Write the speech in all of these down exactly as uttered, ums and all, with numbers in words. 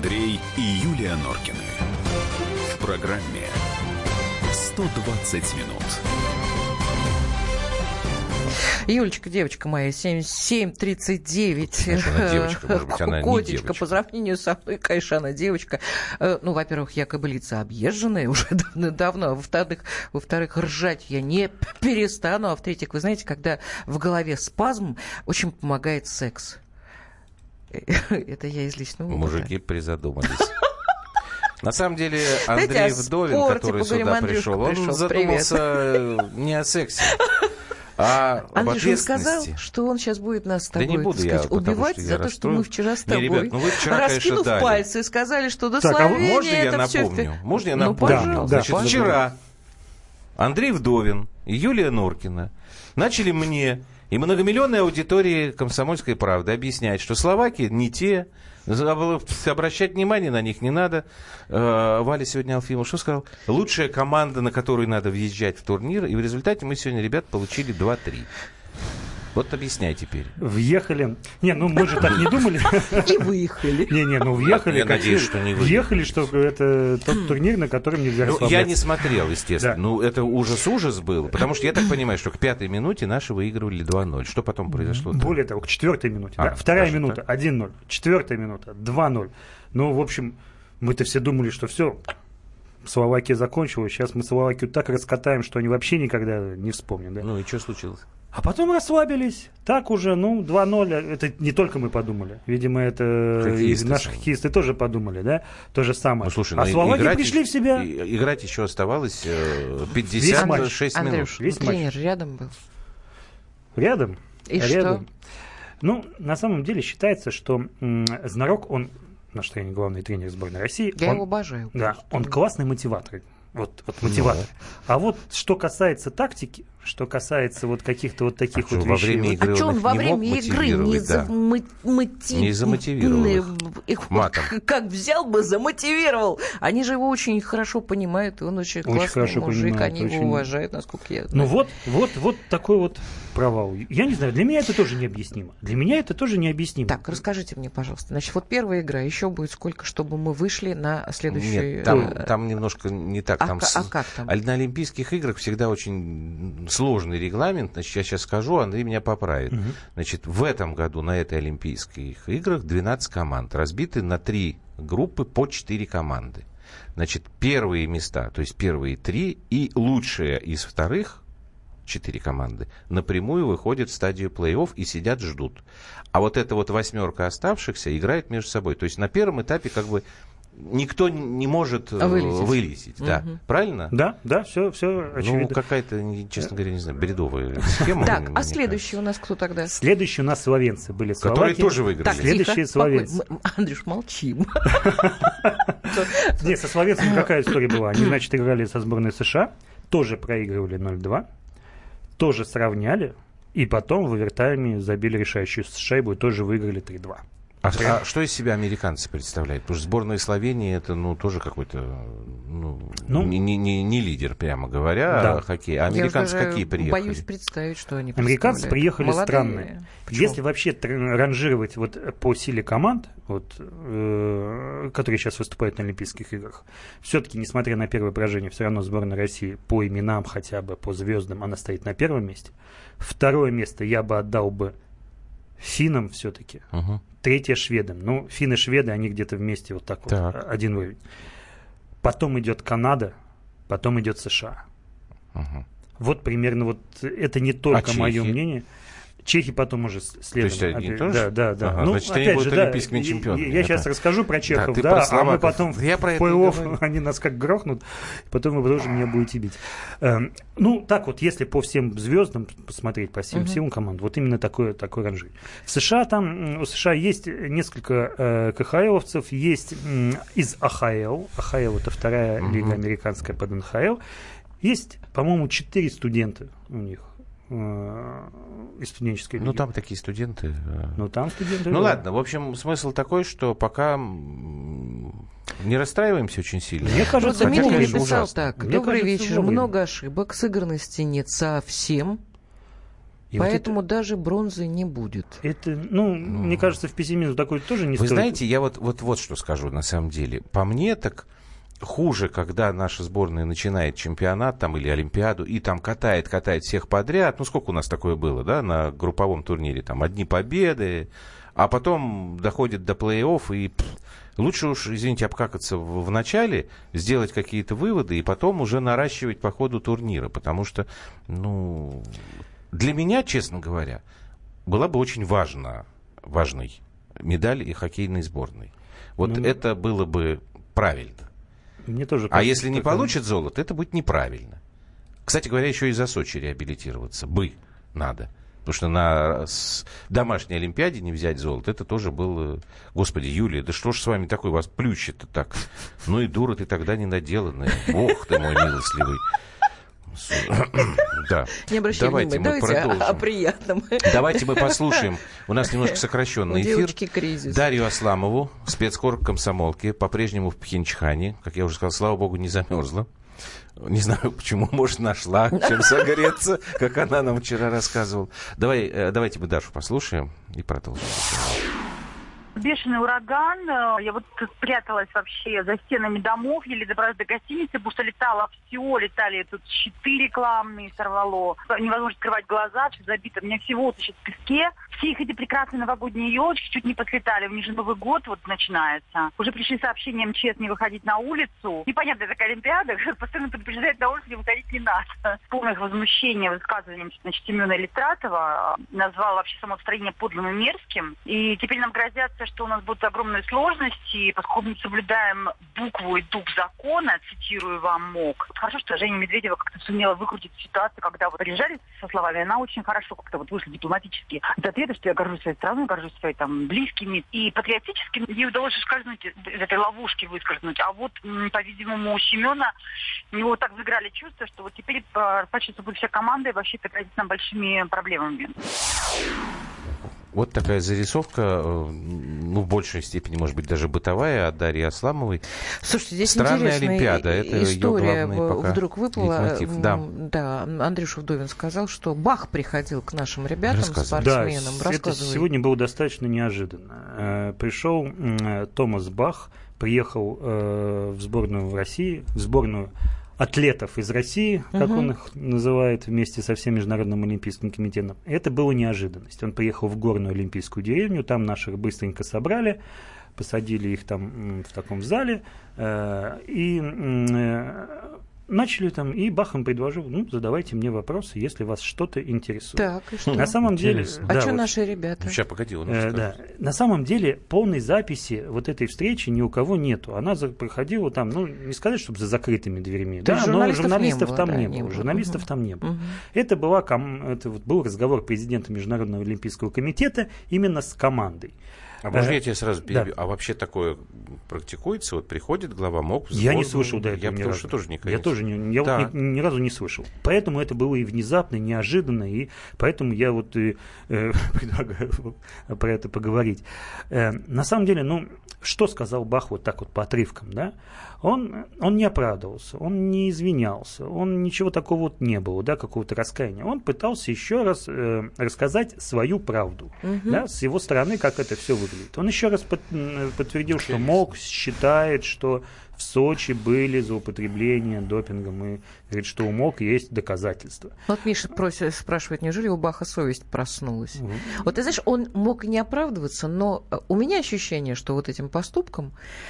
Андрей и Юлия Норкины. В программе сто двадцать минут. Юлечка, девочка моя, семь тридцать девять. Она девочка, может быть, она не девочка. По сравнению со мной, конечно, она девочка. Ну, во-первых, я кобылица объезженная уже давно. А во-вторых, во-вторых, ржать я не перестану. А в-третьих, вы знаете, когда в голове спазм, очень помогает секс. Это я из личного опыта. Мужики призадумались. На самом деле, Андрей Вдовин, который сюда пришел, он задумался не о сексе, а об Андрюш, он ответственности. сказал, что он сейчас будет нас с тобой, да не буду сказать, я, убивать что за то, что мы вчера с тобой, не, ребят, ну вы вчера, раскинув конечно, пальцы, сказали, что до так, Словении а можно я это напомню? Все... Можно я ну, напомню? да, Значит, да, вчера Андрей Вдовин и Юлия Норкина начали мне и многомиллионной аудитории «Комсомольской правды» объяснять, что словаки не те, обращать внимание на них не надо. Валя сегодня Алфимов что сказал? Лучшая команда, на которую надо въезжать в турнир. И в результате мы сегодня, ребят, получили два-три. Вот объясняй теперь. Въехали. Не, ну мы же так не думали. И выехали. Не-не, ну въехали. Я надеюсь, что не выехали. Въехали, что это тот турнир, на котором нельзя расслабляться. Я не смотрел, естественно. Ну, это ужас-ужас был. Потому что я так понимаю, что к пятой минуте наши выигрывали два-ноль. Что потом произошло? Более того, к четвертой минуте. Вторая минута один-ноль. Четвертая минута два-ноль. Ну, в общем, мы-то все думали, что все, Словакия закончилась. Сейчас мы Словакию так раскатаем, что они вообще никогда не вспомнят. Да? Ну и что случилось? А потом расслабились. Так уже, ну, два-ноль. Это не только мы подумали. Видимо, это хоккеисты, и наши сами. Хоккеисты тоже подумали, да? То же самое. Ну, слушай, а ну, Словаки играть, пришли в себя. Играть еще оставалось пятьдесят шесть минут. Андрюш, весь тренер рядом был. Рядом? И рядом. что? Ну, на самом деле считается, что м- Знарок, он, наш тренер, главный тренер сборной России. Я он, его обожаю. Да, он классный мотиватор. Вот, вот мотиватор. Ну. А вот что касается тактики, что касается вот каких-то вот таких а вот что, во вещей. время игры а что он во время игры не, да. замоти... не замотивировал их, их матом? Как взял бы, замотивировал. Они же его очень хорошо понимают, и он очень, очень классный мужик, понимают, они очень... его уважают, насколько я знаю. Ну вот, вот, вот такой вот провал. Я не знаю, для меня это тоже необъяснимо. Для меня это тоже необъяснимо. Так, расскажите мне, пожалуйста. Значит, вот первая игра, еще будет сколько, чтобы мы вышли на следующую... Нет, там, там немножко не так. А, там а с... как там? На Олимпийских играх всегда очень сложный регламент. Значит, я сейчас скажу, Андрей меня поправит. Угу. Значит, в этом году на этой Олимпийских играх двенадцать команд, разбиты на три группы по четыре команды. Значит, первые места, то есть первые три и лучшие из вторых четыре команды напрямую выходят в стадию плей-офф и сидят, ждут. А вот эта вот восьмерка оставшихся играет между собой. То есть на первом этапе как бы никто не может вылезть, вылезть да. Угу. Правильно? Да, да, все, все очевидно. Ну, какая-то, честно говоря, не знаю, бредовая схема. Так, а следующий у нас кто тогда? Следующие у нас словенцы были. Которые тоже выиграли. Так, следующие словенцы. Андрюш, молчим. Нет, со словенцами какая история была? Они, значит, играли со сборной США, тоже проигрывали ноль-два, тоже сравняли, и потом в овертайме забили решающую шайбу и тоже выиграли три-два. А, а что из себя американцы представляют? Потому что сборная Словении это ну тоже какой-то ну, ну, не, не, не лидер, прямо говоря, да. хоккей. А американцы какие приехали? Боюсь представить, что они Американцы приехали молодые. Странные. Почему? Если вообще ранжировать вот по силе команд, вот, э, которые сейчас выступают на Олимпийских играх, все-таки, несмотря на первое поражение, все равно сборная России по именам хотя бы, по звездам, она стоит на первом месте. Второе место я бы отдал бы финнам все-таки. Uh-huh. Третье шведам. Ну, финны-шведы, они где-то вместе вот так, так. вот, один уровень. Потом идет Канада, потом идет США. Uh-huh. Вот примерно вот это не только а мое мнение. Чехи потом уже следом. То есть они тоже? Да, да, да. Ага, ну, значит, опять они будут же, олимпийскими да, чемпионами. Я, я это... сейчас расскажу про чехов, да, да, про а мы потом в плей-офф, они нас как грохнут, потом вы тоже меня будете бить. Эм, ну, так вот, если по всем звездам посмотреть, по всем силам команд, вот именно такой, такой ранжир. В США там, у США есть несколько э, КХЛовцев, есть э, из АХЛ, АХЛ это вторая mm-hmm. лига американская под эн ха эл, есть, по-моему, четыре студента у них. Из студенческой лиги. Ну, там такие студенты. Ну, там студенты. Ну, да. ладно. В общем, смысл такой, что пока не расстраиваемся очень сильно. Мне кажется, Дмитрий написал ужасно. Так. Мне Добрый кажется, вечер. Много ошибок. Сыгранности нет совсем. И Поэтому вот это, даже бронзы не будет. Это, ну, ну, мне кажется, в пессимизм такой тоже не Вы стоит. знаете, я вот, вот, вот что скажу на самом деле. По мне так хуже, когда наша сборная начинает чемпионат там, или Олимпиаду и там катает, катает всех подряд. Ну, сколько у нас такое было, да, на групповом турнире? Там одни победы, а потом доходит до плей-офф и... Лучше уж, извините, обкакаться в, в начале, сделать какие-то выводы и потом уже наращивать по ходу турнира. Потому что, ну, для меня, честно говоря, была бы очень важна, важной медаль и хоккейной сборной. Вот ну, это было бы правильно. Мне тоже а если не получит золото, это будет неправильно. Кстати говоря, еще и за Сочи реабилитироваться бы надо. Потому что на домашней Олимпиаде не взять золото, это тоже было... Господи, Юлия, да что ж с вами такое, вас плющит-то так? Ну и дура ты тогда не наделанная. Бог ты мой милостливый. Да. Не обращай Давайте внимания, мы давайте продолжим. о, о приятном. Давайте мы послушаем. У нас немножко сокращенный эфир. Девочки, кризис. Дарью Асламову, спецкор комсомолки, по-прежнему в Пхенчхане. Как я уже сказал, слава богу, не замерзла. Не знаю, почему, может, нашла чем согреться, как она нам вчера рассказывала. Давай, давайте мы Дашу послушаем и продолжим. Бешеный ураган. Я вот спряталась вообще за стенами домов, еле добралась до гостиницы, потому что летало все, летали тут щиты рекламные, сорвало. Невозможно открывать глаза, все забито. У меня всего вот сейчас в песке. Все их эти прекрасные новогодние елочки чуть не подлетали. У них же Новый год вот начинается. Уже пришли сообщения МЧС не выходить на улицу. Непонятная такая Олимпиада, постоянно предупреждает на улицу, не выходить не надо. Полное возмущение высказыванием, значит, Семена Литратова. Назвал вообще само строение подлым и мерзким. И теперь нам грозятся, что у нас будут огромные сложности, поскольку мы соблюдаем букву и дух закона, цитирую вам МОК. Хорошо, что Женя Медведева как-то сумела выкрутить ситуацию, когда вот приезжали со словами, она очень хорошо как-то вот вышла дипломатически из ответа, что я горжусь своей страной, горжусь своими там близкими. И патриотически ей удалось скользнуть из этой ловушки, выскользнуть. А вот, по-видимому, у Семена у него так заиграли чувства, что вот теперь расплачиваться будут вся команда и вообще это грозит нам большими проблемами. Вот такая зарисовка, ну, в большей степени, может быть, даже бытовая от Дарьи Асламовой. Слушайте, здесь Странная интересная Олимпиада. Это история ее главный пока вдруг выплыла. Да. да, Андрюша Вдовин сказал, что Бах приходил к нашим ребятам, спортсменам. Да, это сегодня было достаточно неожиданно. Пришел Томас Бах, приехал в сборную в России, в сборную атлетов из России, как uh-huh. он их называет, вместе со всем Международным олимпийским комитетом. Это было неожиданность. Он приехал в горную олимпийскую деревню, там наших быстренько собрали, посадили их там в таком зале, э, и э, начали там, и Бах им предложил, ну, задавайте мне вопросы, если вас что-то интересует. Так, и что? На самом деле... А да, что вот, наши ребята? Сейчас, погоди, он э, да. На самом деле полной записи вот этой встречи ни у кого нету. Она за, проходила там, ну, не сказать, чтобы за закрытыми дверьми, да, да, но журналистов не было, там да, не было. Не было. Журналистов угу. там не было. Угу. Это, была, это вот был разговор президента Международного олимпийского комитета именно с командой. А можно я тебя сразу перебью? Да. А вообще такое практикуется? Вот приходит глава МОК в сборную? Я не слышал до этого я ни потому разу. Что тоже никогда я тоже не, я да. вот ни, ни разу не слышал. Поэтому это было и внезапно, и неожиданно, и поэтому я вот и, э, предлагаю про это поговорить. Э, на самом деле, ну, что сказал Бах вот так вот по отрывкам, да? Он, он не оправдывался, он не извинялся, он ничего такого вот не было, да, какого-то раскаяния. Он пытался еще раз э, рассказать свою правду, угу. да, с его стороны, как это все выглядит. Он еще раз под, подтвердил, что МОК считает, что в Сочи были злоупотребления допингом, и говорит, что у МОК есть доказательства. Вот Миша просит, спрашивает, неужели у Баха совесть проснулась? Угу. Вот ты знаешь, он мог и не оправдываться, но у меня ощущение, что вот этим поступком,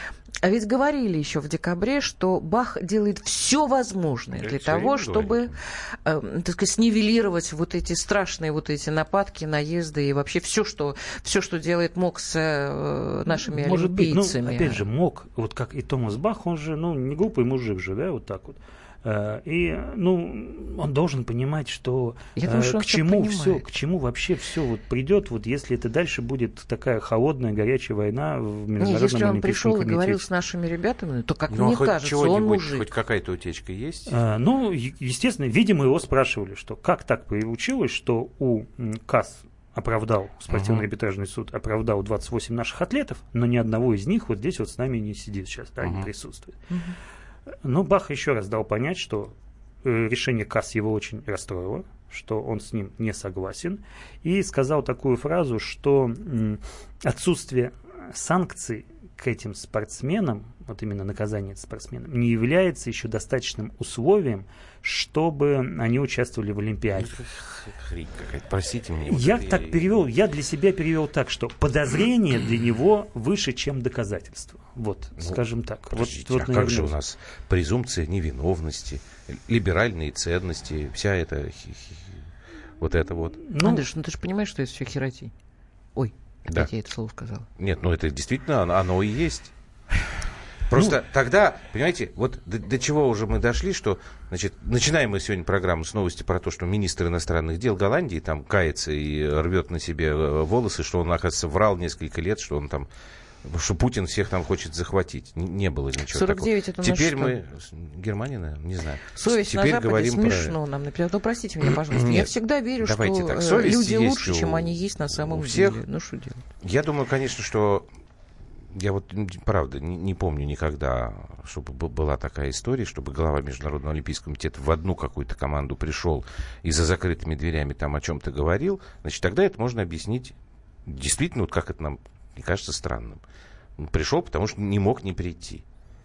а ведь говорили еще в декабре, что Бах делает все возможное для того, чтобы, э, так сказать, снивелировать вот эти страшные вот эти нападки, наезды и вообще все, что, все, что делает МОК с э, нашими Может олимпийцами. Быть, ну, опять же, МОК, вот как и Томас Бах, он же, ну, не глупый мужик же, да, вот так вот. И, ну, он должен понимать, что думаю, к чему все, к чему вообще все вот придет, вот если это дальше будет такая холодная, горячая война в Международном Нет, если он пришел комитете. и говорил с нашими ребятами, то, как ну, мне хоть кажется, он мужик. Хоть какая-то утечка есть? А, ну, естественно, видимо, его спрашивали, что как так получилось, что у КАС оправдал, спортивный арбитражный uh-huh. суд оправдал двадцать восемь наших атлетов, но ни одного из них вот здесь вот с нами не сидит сейчас, да, uh-huh. не присутствует. Uh-huh. Но Бах еще раз дал понять, что э, решение КАС его очень расстроило, что он с ним не согласен, и сказал такую фразу, что м, отсутствие санкций к этим спортсменам, вот именно наказание спортсменам, не является еще достаточным условием, чтобы они участвовали в Олимпиаде. Хрень какая-то, простите меня. Я вот так это... перевел, я для себя перевел так, что подозрение для него выше, чем доказательство. Вот, ну, скажем так. Подождите, вот, вот, а наверное, как же у нас презумпция невиновности, либеральные ценности, вся эта вот это вот. Ну, Андрюш, ну ты же понимаешь, что это все херотень. Ой, да. опять я это слово сказала. Нет, ну это действительно оно, оно и есть. Просто ну, тогда, понимаете, вот до, до чего уже мы дошли, что, значит, начинаем мы сегодня программу с новости про то, что министр иностранных дел Голландии там кается и рвет на себе волосы, что он, оказывается, врал несколько лет, что он там, что Путин всех там хочет захватить. Не, не было ничего сорок девять такого. Это Теперь что? мы... Германия, наверное, не знаю. Совесть Теперь на Западе говорим смешно про... нам например. Ну, простите меня, пожалуйста. Нет, я всегда верю, что так, люди лучше, чем они есть на самом всех. деле. Ну, что делать? Я думаю, конечно, что... Я вот, правда, не, не помню никогда, чтобы была такая история, чтобы глава Международного олимпийского комитета в одну какую-то команду пришел и за закрытыми дверями там о чем-то говорил. Значит, тогда это можно объяснить действительно, вот как это нам не кажется странным. Он пришел, потому что не мог не прийти.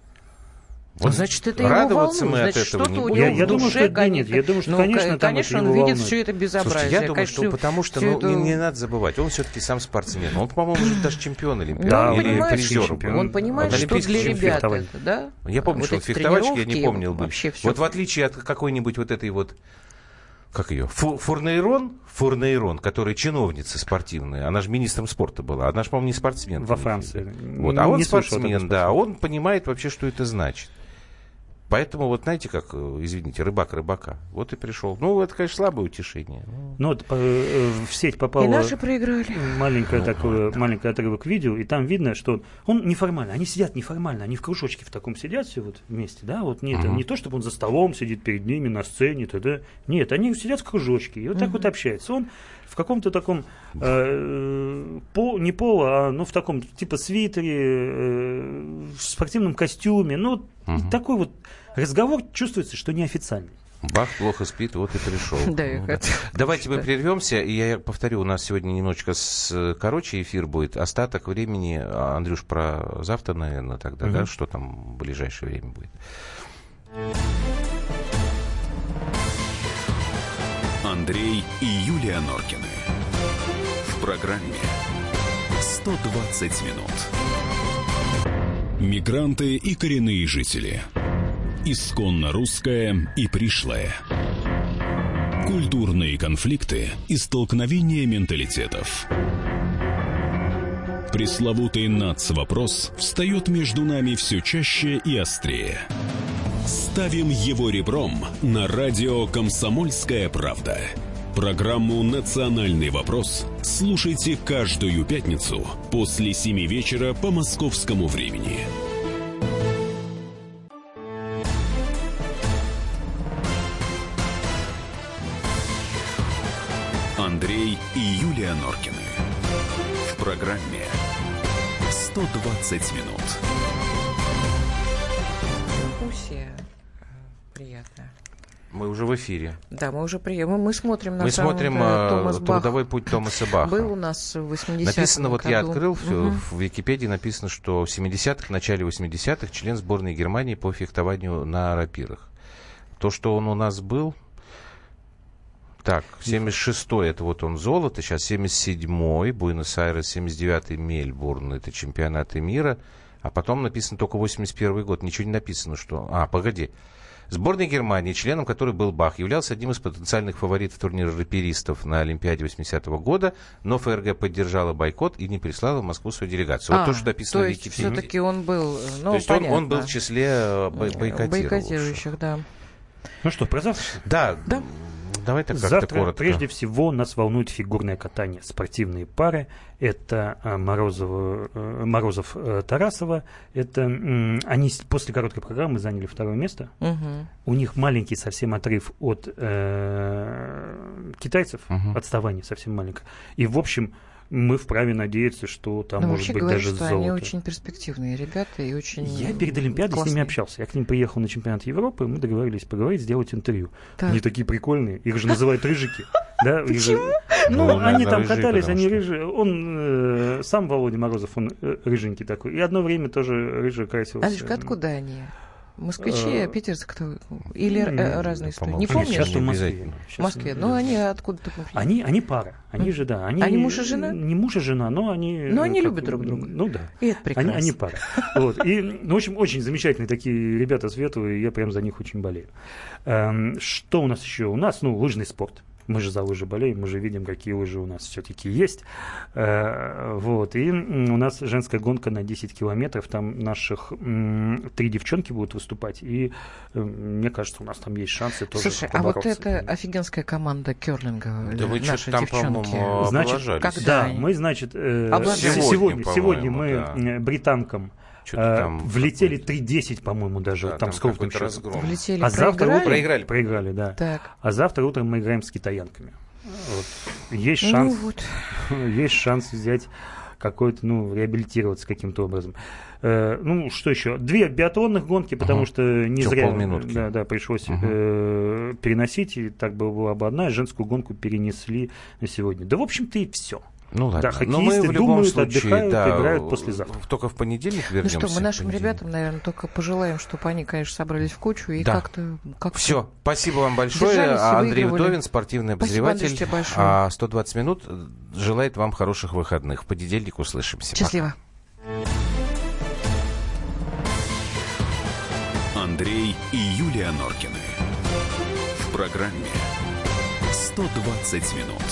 Вот значит, это радоваться его волнует. мы Значит, от этого не будем. Я, я думаю, что это нет. Я думаю, что, ну, конечно, конечно, там он видит волнует. все это безобразие. Слушайте, я думаю, конечно, что потому что, ну, это... не, не надо забывать, он все-таки сам спортсмен. Он, по-моему, уже даже чемпион Олимпиады. Да, или призер. призер. Он понимает, вот что для ребят это, да? Я помню, вот что он фехтовальщик, я не помнил бы. Вот в отличие от какой-нибудь вот этой вот, как ее, Фу, Фурнейрон, Фурнейрон, которая чиновница спортивная, она же министром спорта была, она же, по-моему, не спортсмен. Во Франции. Вот. А он не спортсмен, да, он понимает вообще, что это значит. Поэтому, вот знаете, как, извините, рыбак рыбака. Вот и пришел. Ну, это, конечно, слабое утешение. Ну, вот э, в сеть попало... И наши проиграли. Маленькое ну, такое, да. маленький отрывок видео, и там видно, что он неформально. Они сидят неформально, они в кружочке в таком сидят все вот вместе, да? Вот нет, uh-huh. не то, чтобы он за столом сидит перед ними на сцене, т.д. Нет, они сидят в кружочке и вот uh-huh. так вот общаются. Он в каком-то таком, э, по, не поло, а ну, в таком типа свитере, э, в спортивном костюме. Ну, uh-huh. такой вот разговор чувствуется, что неофициальный. Бах, плохо спит, вот и пришел. Да, я хочу. Давайте мы прервемся, и я повторю, у нас сегодня немножечко с... короче эфир будет. Остаток времени, Андрюш, про завтра, наверное, тогда, угу. да, что там в ближайшее время будет. Андрей и Юлия Норкины. В программе сто двадцать минут. Мигранты и коренные жители. Исконно русское и пришлое. Культурные конфликты и столкновения менталитетов. Пресловутый нацвопрос встает между нами все чаще и острее. Ставим его ребром на радио «Комсомольская правда». Программу «Национальный вопрос» слушайте каждую пятницу после семи вечера по московскому времени. Андрей и Юлия Норкины. В программе сто двадцать минут. Перкуссия приятная. Мы уже в эфире. Да, мы уже приехали. Мы смотрим на Мы самом смотрим Томас Бах. «Трудовой путь» Томаса Баха. Был у нас в восьмидесятом Написано, вот году. я открыл, угу. в Википедии написано, что в семидесятых, в начале восьмидесятых член сборной Германии по фехтованию на рапирах. То, что он у нас был... Так, семьдесят шестой это вот он золото, сейчас семьдесят седьмой Буэнос-Айрес, семьдесят девятый Мельбурн, это чемпионаты мира, а потом написано только восемьдесят первый год, ничего не написано, что... А, погоди. Сборная Германии, членом которой был Бах, являлся одним из потенциальных фаворитов турнира раперистов на Олимпиаде восьмидесятого года, но ФРГ поддержала бойкот и не прислала в Москву свою делегацию. А, вот то, что написано то в есть Википедии. все-таки он был... Ну, то есть он, он был в числе бойкотирующих. бойкотирующих, да. Ну что, про завтра? Да, да. Давай так как-то Завтра, коротко. прежде всего, нас волнует фигурное катание. Спортивные пары. Это Морозов, Морозов-Тарасова. Это, они после короткой программы заняли второе место. Угу. У них маленький совсем отрыв от э, китайцев. Угу. Отставание совсем маленькое. И, в общем, мы вправе надеяться, что там Но может вообще быть говорят, даже что золото. они очень перспективные ребята и очень Я перед Олимпиадой классные. с ними общался. Я к ним приехал на чемпионат Европы, мы договорились поговорить, сделать интервью. Так. Они такие прикольные, их же называют рыжики. Да, их же- Ну, Ну, они наверное, там рыжие, катались, потому они что- рыжие. Он, э, сам Володя Морозов, он э, рыженький такой. И одно время тоже рыжий красился. Алишка, откуда они? Москвичи, Э, питерцы, кто? Или э, м, разные по-моему, истории? Не нет, помнишь? Сейчас в Москве. обязательно. В Москве. Ну, они откуда-то. Они, они пара. Они же, да. Они, Они муж и жена? Не муж и жена, но они... Но они как- любят друг друга. Ну да. И это Они, прекрасно. они пара. Вот. И, ну, в общем, очень замечательные такие ребята светлые, я прям за них очень болею. Эм, что у нас еще? У нас, ну, лыжный спорт. Мы же за лыжи болеем, мы же видим, какие лыжи у нас все-таки есть. Э, вот. И м, у нас женская гонка на десять километров. Там наших м, три девчонки будут выступать. И э, мне кажется, у нас там есть шансы тоже Слушай, а вот побороться. эта офигенская команда керлинга, Да вы наши что-то там, девчонки. по-моему, Значит, облажались. когда Да, они? мы, значит, э, Облажались. сегодня, Сегодня, сегодня, по-моему, мы да. э, британкам Что-то э, там влетели какой-то- три десять, по-моему, даже. Да, там сколько какой-то там разгром. Влетели, А завтра проиграли? утром Проиграли. проиграли, да. Так. А завтра утром мы играем с китаянками. Вот. Есть Ну шанс, вот. есть шанс взять какой-то, ну, реабилитироваться каким-то образом. Э, ну, что еще? Две биатлонных гонки, потому Ага. что не Всё, зря полминутки. да, да, пришлось Ага. э, переносить, и так бы была бы одна, женскую гонку перенесли на сегодня. Да, в общем-то, и все. Ну ладно. Да, Но мы хоккеисты в любом думают, случае, отдыхают, да, играют послезавтра. Только в понедельник Ну вернемся. что, мы нашим в понедельник. ребятам, наверное, только пожелаем, чтобы они, конечно, собрались в кучу и Да. как-то... как Все, спасибо вам большое. Держались и Андрей выигрывали. Вдовин, спортивный Спасибо, обозреватель. Андрюш, тебе большое. А, сто двадцать минут желает вам хороших выходных. В понедельник услышимся. Счастливо. Андрей и Юлия Норкины. В программе сто двадцать минут.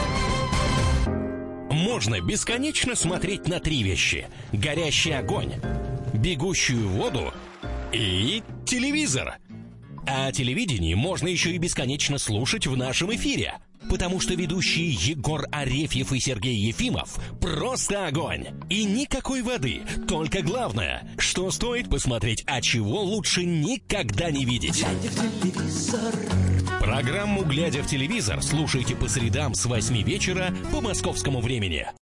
Можно бесконечно смотреть на три вещи: горящий огонь, бегущую воду и телевизор. А телевидение можно еще и бесконечно слушать в нашем эфире, потому что ведущие Егор Арефьев и Сергей Ефимов просто огонь. И никакой воды, только главное, что стоит посмотреть, а чего лучше никогда не видеть. Программу «Глядя в телевизор» слушайте по средам с восьми вечера по московскому времени.